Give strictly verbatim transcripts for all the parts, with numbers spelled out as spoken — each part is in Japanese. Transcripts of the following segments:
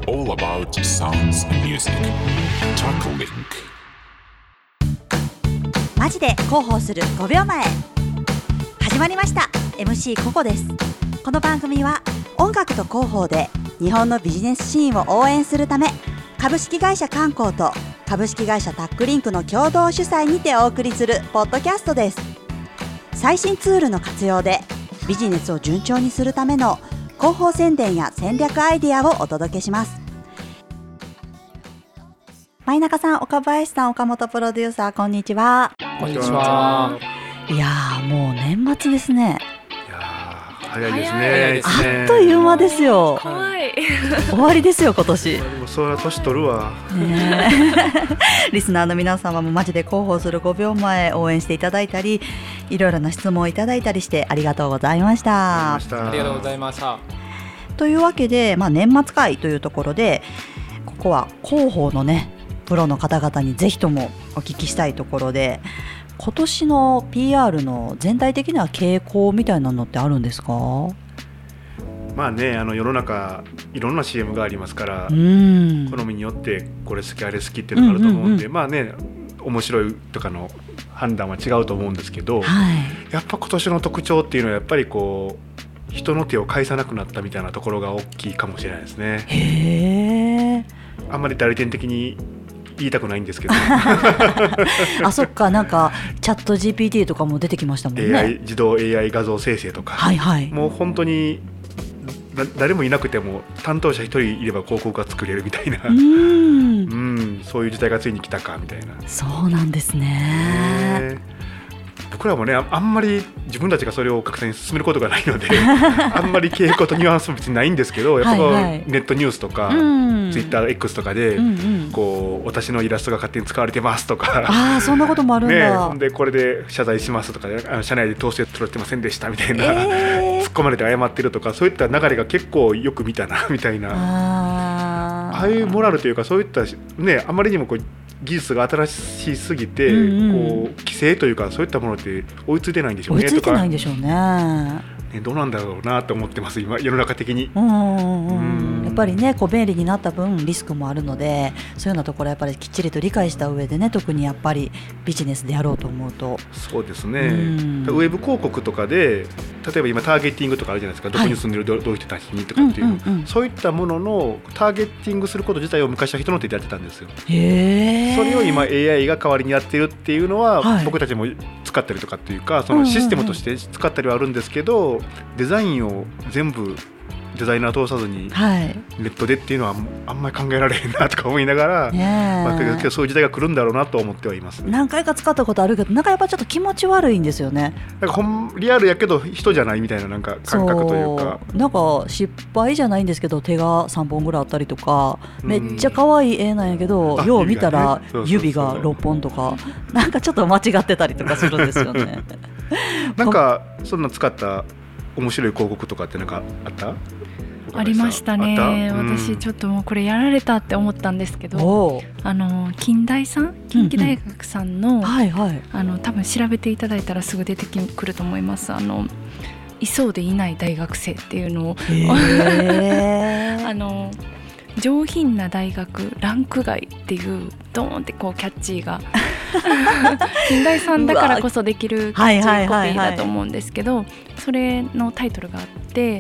all about sounds and music. TalkLink。 マジで広報するごびょうまえ始まりました。 エムシー ココです。この番組は音楽と広報で日本のビジネスシーンを応援するため、株式会社観光と株式会社タックリンクの共同主催にてお送りするポッドキャストです。最新ツールの活用でビジネスを順調にするための広報宣伝や戦略アイデアをお届けします。前中さん、岡林さん、岡本プロデューサー、こんにちは。 こんにちは。 いやー、もう年末ですね。 いやー、早いですね。 あっという間ですよ。 怖い。 終わりですよ、今年。 でもそれは年取るわ。 ねリスナーの皆様もマジで広報するごびょうまえ応援していただいたり、いろいろな質問をいただいたりしてありがとうございました。 ありがとうございました。 というわけで、まあ、年末会というところで、ここは広報のねプロの方々にぜひともお聞きしたいところで、今年の ピーアール の全体的な傾向みたいなのってあるんですか？ まあね、あの世の中いろんな シーエム がありますから、 うん好みによってこれ好きあれ好きっていうのがあると思うんで、うんうんうん、まあね、面白いとかの判断は違うと思うんですけど、 はい、 やっぱ今年の特徴っていうのはやっぱりこう人の手を介さなくなったみたいなところが大きいかもしれないですね。 へー、 あんまり代理店的に言いたくないんですけどあ、そっか、なんかチャット ジーピーティー とかも出てきましたもんね。 エーアイ 自動 エーアイ 画像生成とか、 はいはい、 もう本当に誰もいなくても担当者一人いれば広告が作れるみたいな、うん、うん、そういう時代がついに来たかみたいな。 そうなんですね。 ね、僕らもね、あんまり自分たちがそれを各社に進めることがないのであんまり傾向とニュアンスも別にないんですけど、やっぱこう、はいはい、ネットニュースとか、うん、ツイッター X とかで、うんうん、こう私のイラストが勝手に使われてますとか、 あ、そんなこともあるんだ、 ね、でこれで謝罪しますとか、あの社内で統制取られてませんでしたみたいな、えー、突っ込まれて謝ってるとか、そういった流れが結構よく見たなみたいな、あ, ああいうモラルというか、そういった、ね、あまりにもこう技術が新しすぎて、うんうん、こう規制というかそういったものって追いついてないんでしょうね。 追いついてないんでしょうね。 ね、どうなんだろうなと思ってます、今世の中的に。 うんうんうん、やっぱりね、こう便利になった分リスクもあるので、そういうようなところやっぱりきっちりと理解した上でね、特にやっぱりビジネスでやろうと思うと。 そうですね、うん、ウェブ広告とかで例えば今ターゲティングとかあるじゃないですか、どこに住んでる、はい、ど, どういう人たちにとかっていう、うんうんうん、そういったもののターゲティングすること自体を昔は人の手でやってたんですよ。 へー、 それを今 エーアイ が代わりにやってるっていうのは、はい、僕たちも使ったりとかっていうか、そのシステムとして使ったりはあるんですけど、うんうんうん、デザインを全部デザイナー通さずにネットでっていうのはあんまり考えられへんなとか思いながら、ね、まあ、そういう時代が来るんだろうなと思ってはいます。 何回か使ったことあるけど、なんかやっぱちょっと気持ち悪いんですよね。 なんかほんリアルやけど人じゃないみたいな、なんか感覚というか、 なんか失敗じゃないんですけど、手がさんぼんぐらいあったりとか、めっちゃ可愛い絵なんやけど、よう見たら指がろっぽんとか、なんかちょっと間違ってたりとかするんですよねなんかそんな使った面白い広告とかってなんかあった？ ありましたね、うん、私ちょっともうこれやられたって思ったんですけど、あの近大さん、近畿大学さんの、うんうん、はいはい、あの多分調べていただいたらすぐ出てくると思います。あのいそうでいない大学生っていうのをあの上品な大学ランク外っていうドーンってこうキャッチーが近大さんだからこそできるキャッチーコピーだと思うんですけど、それのタイトルがあって、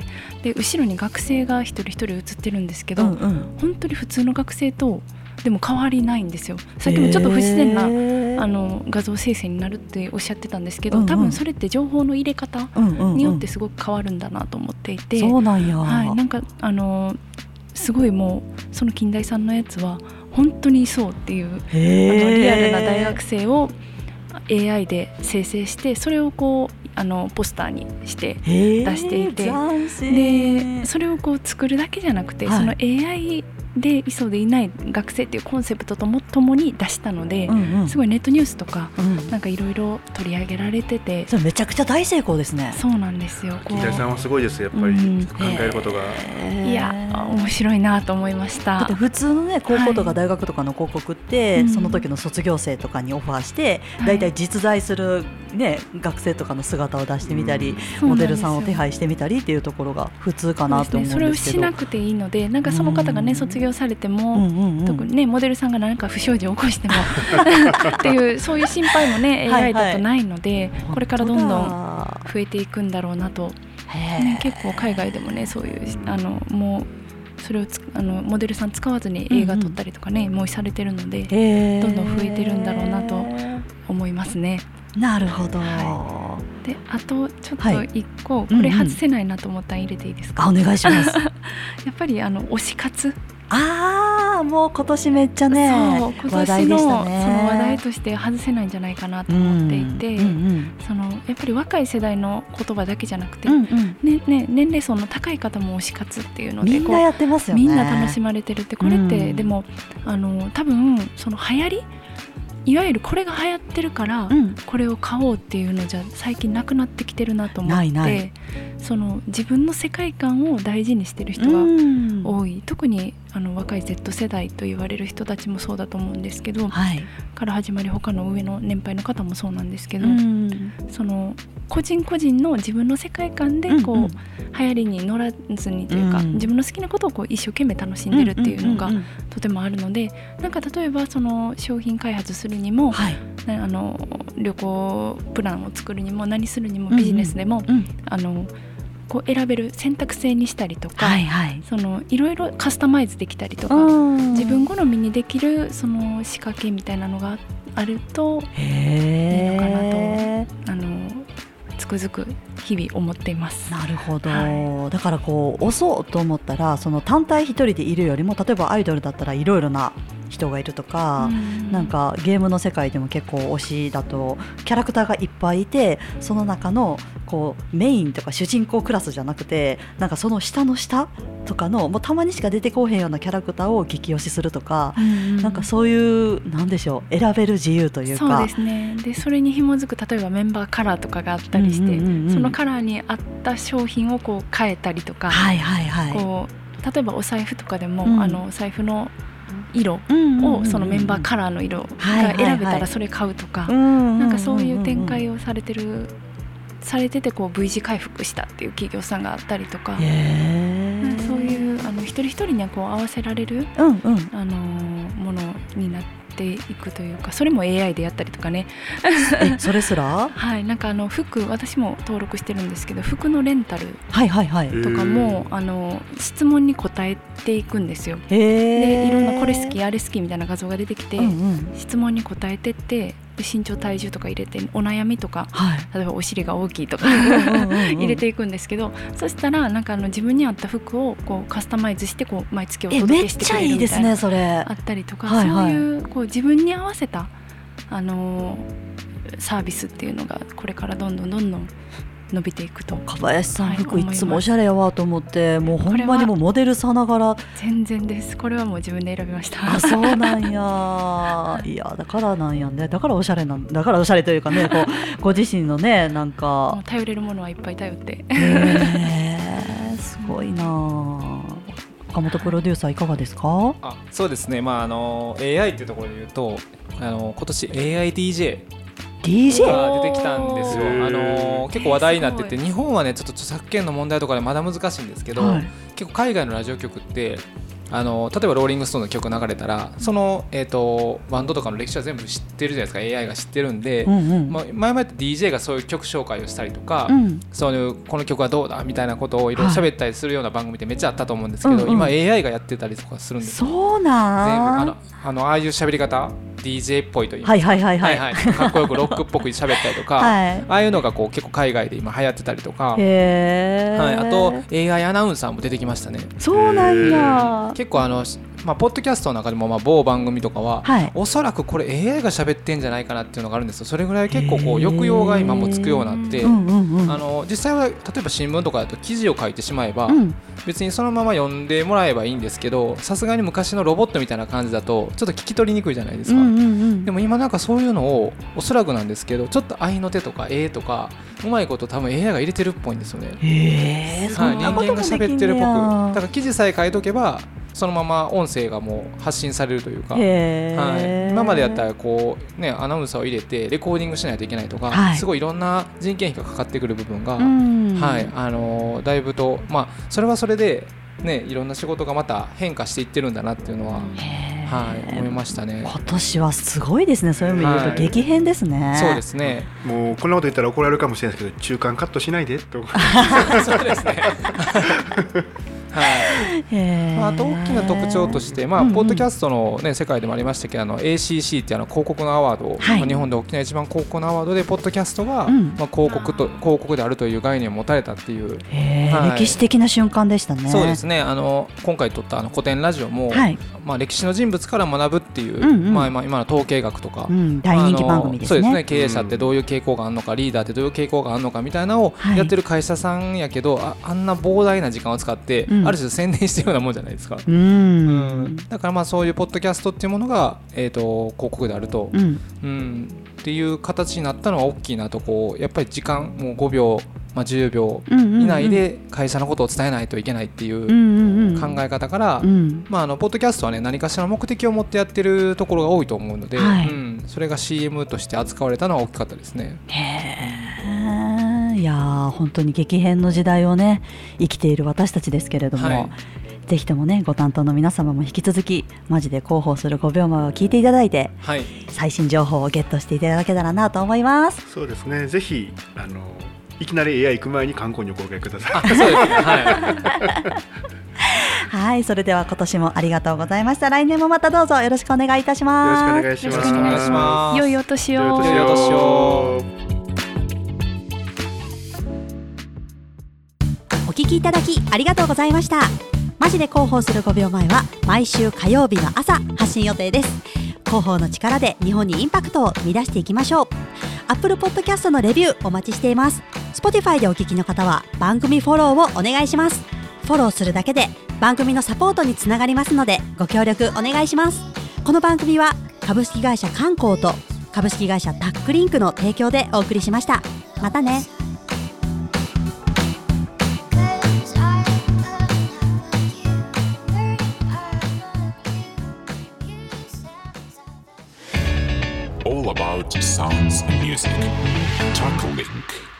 で後ろに学生が一人一人写ってるんですけど、うんうん、本当に普通の学生とでも変わりないんですよ。さっきもちょっと不自然なあの画像生成になるっておっしゃってたんですけど、うんうん、多分それって情報の入れ方によってすごく変わるんだなと思っていて、 そうなんや、 はい、なんかあのすごいもうその近大さんのやつは本当にいそうっていう、あのリアルな大学生を エーアイ で生成して、それをこうあのポスターにして出していて、でそれをこう作るだけじゃなくて、はい、その エーアイでいそうでいない学生っていうコンセプトともともに出したので、うんうん、すごいネットニュースとか、うん、なんかいろいろ取り上げられてて、 それめちゃくちゃ大成功ですね。 そうなんですよ。 木田さんはすごいですやっぱり、うん、考えることが、 いや面白いなと思いました。 だって普通のね高校とか大学とかの広告って、はい、その時の卒業生とかにオファーして、うん、だいたい実在する、ね、学生とかの姿を出してみたり、うん、モデルさんを手配してみたりっていうところが普通かなと思うんですけど、 そうですね、それをしなくていいので、なんかその方がね、うん、卒業業されても、うんうんうん、特にねモデルさんが何か不祥事を起こしてもっていうそういう心配もね エーアイ だとないので、はいはい、これからどんどん増えていくんだろうなと、ね、結構海外でもねそういうあのもうそれをつあのモデルさん使わずに映画撮ったりとかね、うんうん、もうされてるのでどんどん増えてるんだろうなと思いますね。 なるほど、 はい、であとちょっと一個、はい、これ外せないなと思ったら入れていいですか？ うんうん、あお願いしますやっぱりあの推し活、 ああもう今年めっちゃねそう今年のその話題として外せないんじゃないかなと思っていて、うんうんうん、そのやっぱり若い世代の言葉だけじゃなくて、うんうんねね、年齢層の高い方も推し活っていうのでみんなやってますよね。 みんな楽しまれてるって、これって、うん、でもあの多分その流行りいわゆるこれが流行ってるから、うん、これを買おうっていうのじゃ最近なくなってきてるなと思って、ないないその自分の世界観を大事にしてる人が多い、特にあの若い Z 世代と言われる人たちもそうだと思うんですけど、はい、から始まり他の上の年配の方もそうなんですけど、その個人個人の自分の世界観でこう、うんうん、流行りに乗らずにというか、うん、自分の好きなことをこう一生懸命楽しんでるっていうのがとてもあるので、なんか例えばその商品開発するにも、はい、あの旅行プランを作るにも何するにもビジネスでも、うんうん、あのこう選べる選択制にしたりとか、はいはい、そのいろいろカスタマイズできたりとか、自分好みにできるその仕掛けみたいなのがあるといいのかなとあのつくづく日々思っています。 なるほど、はい、だからこう推そうと思ったらその単体一人でいるよりも、例えばアイドルだったらいろいろな人がいるとか、んなんかゲームの世界でも結構推しだとキャラクターがいっぱいいて、その中のこうメインとか主人公クラスじゃなくて、なんかその下の下とかのもうたまにしか出てこうへんようなキャラクターを激推しするとか、んなんかそういうなんでしょう、選べる自由というか。 そうですね。でそれに紐づく例えばメンバーカラーとかがあったりして、うんうんうんうん、そのカラーに合った商品をこう変えたりとか、はいはいはい、こう例えばお財布とかでも、うん、あのお財布の色をそのメンバーカラーの色が選べたらそれ買うとか、なんかそういう展開をされてるされててこう V 字回復したっていう企業さんがあったりとか、そういうあの一人一人にこう合わせられる、うんうん、あのものになっていくというか、それも エーアイ でやったりとかねえそれすらはいなんかあの服私も登録してるんですけど、服のレンタルとかも、 はいはいはい、 あの質問に答えていくんですよ。でいろんなこれ好きあれ好きみたいな画像が出てきて、うんうん、質問に答えてってで身長体重とか入れてお悩みとか、はい、例えばお尻が大きいとか入れていくんですけど、そしたらなんかあの自分に合った服をこうカスタマイズしてこう毎月お届けしてくれるみたいなあったりとか、はいはい、そういうこう自分に合わせたあのー、サービスっていうのがこれからどんどんどんどん伸びていくと。 小林さん、はい、服いつもおしゃれやわと思って、もうほんまにもうモデルさながら。 全然です。これはもう自分で選びました。 あ、そうなんやいやだからなんやね。だからおしゃれなんだからおしゃれというかね、こうご自身のねなんか頼れるものはいっぱい頼ってへすごいな。岡本プロデューサーいかがですか？ あ、そうですね、まあ、あの エーアイ っていうところで言うとあの今年 エーアイディージェーディージェー が出てきたんですよ。あの結構話題になってて、日本はねちょっと著作権の問題とかでまだ難しいんですけど、はい、結構海外のラジオ局ってあの例えばローリングストーンの曲流れたらその、えー、とバンドとかの歴史は全部知ってるじゃないですか。 エーアイ が知ってるんで、うんうんまあ、前々って ディージェー がそういう曲紹介をしたりとか、うん、そういうこの曲はどうだみたいなことをいろいろ喋ったりするような番組ってめっちゃあったと思うんですけど、はいうんうん、今 エーアイ がやってたりとかするんですよ。 そうなん全部あのあのああいう喋り方ディージェー っぽいというか、 はいはいはいはい、 はいはい、かっこよくロックっぽく喋ったりとか、はい、ああいうのがこう結構海外で今流行ってたりとか、へー、はい、あと エーアイ アナウンサーも出てきましたね。 そうなんや。 結構あのまあ、ポッドキャストの中でもまあ某番組とかは、はい、おそらくこれ エーアイ が喋ってんじゃないかなっていうのがあるんですよ。それぐらい結構こう抑揚が今もつくようになって、うんうんうん、あの実際は例えば新聞とかだと記事を書いてしまえば、うん、別にそのまま読んでもらえばいいんですけど、さすがに昔のロボットみたいな感じだとちょっと聞き取りにくいじゃないですか、うんうんうん、でも今なんかそういうのをおそらくなんですけどちょっと合いの手とかえーとかうまいこと多分 エーアイ が入れてるっぽいんですよね。 へー、 はい、人間が喋ってるっぽく、だから記事さえ書いとけばそのまま音声がもう発信されるというか、はい、今までやったらこう、ね、アナウンサーを入れてレコーディングしないといけないとか、はい、すごいいろんな人件費がかかってくる部分が、はい、あのー、だいぶと、まあ、それはそれでね、いろんな仕事がまた変化していってるんだなっていうのは、はい、思いましたね。 今年はすごいですね。そういう意味で言うと激変ですね、はい、 そうですね。 もうこんなこと言ったら怒られるかもしれないですけど、中間カットしないでとそうですねはいまあ、あと大きな特徴として、まあ、ポッドキャストの、ね、世界でもありましたけど、あの エーシーシー っていうあの広告のアワード、はいまあ、日本で大きな一番広告のアワードでポッドキャストが、うんまあ、広告と広告であるという概念を持たれたっていう、 はい、歴史的な瞬間でしたね。 そうですね。あの今回撮ったあの古典ラジオも、はいまあ、歴史の人物から学ぶっていう、うんうんまあ、今の統計学とか、うん、 大人気番組ですね。 そうですね。経営者ってどういう傾向があるのか、リーダーってどういう傾向があるのかみたいなのをやってる会社さんやけど、はい、あ, あんな膨大な時間を使って、うん、ある種宣伝してるようなもんじゃないですか。うんうん、だからまあそういうポッドキャストっていうものが、えー、と広告であると、うんうん、っていう形になったのは大きいなと。こうやっぱり時間もうごびょう、まあ、じゅうびょう以内で会社のことを伝えないといけないっていう考え方から、うんうんうんまあ、あのポッドキャストはね、何かしらの目的を持ってやってるところが多いと思うので、はいうん、それが シーエム として扱われたのは大きかったですね。 へー、いやー本当に激変の時代をね生きている私たちですけれども、はいぜひともねご担当の皆様も引き続きマジで広報するごびょうまいを聞いていただいて、はい、最新情報をゲットしていただけたらなと思います。 そうですね。ぜひあのいきなり エーアイ 行く前に観光にお声掛けください。 あ、そうですね。はい。 はい、それでは今年もありがとうございました。来年もまたどうぞよろしくお願いいたします。 よろしくお願いします。よろしくお願いします。 良いお年を。 良いお年を。 お聞きいただきありがとうございました。マジで広報するごびょうまいは毎週火曜日の朝発信予定です。広報の力で日本にインパクトを生み出していきましょう。Apple Podcast のレビューお待ちしています。 Spotify でお聞きの方は番組フォローをお願いします。フォローするだけで番組のサポートにつながりますのでご協力お願いします。この番組は株式会社観光と株式会社タックリンクの提供でお送りしました。またね。 All about sounds and music. Talk Link.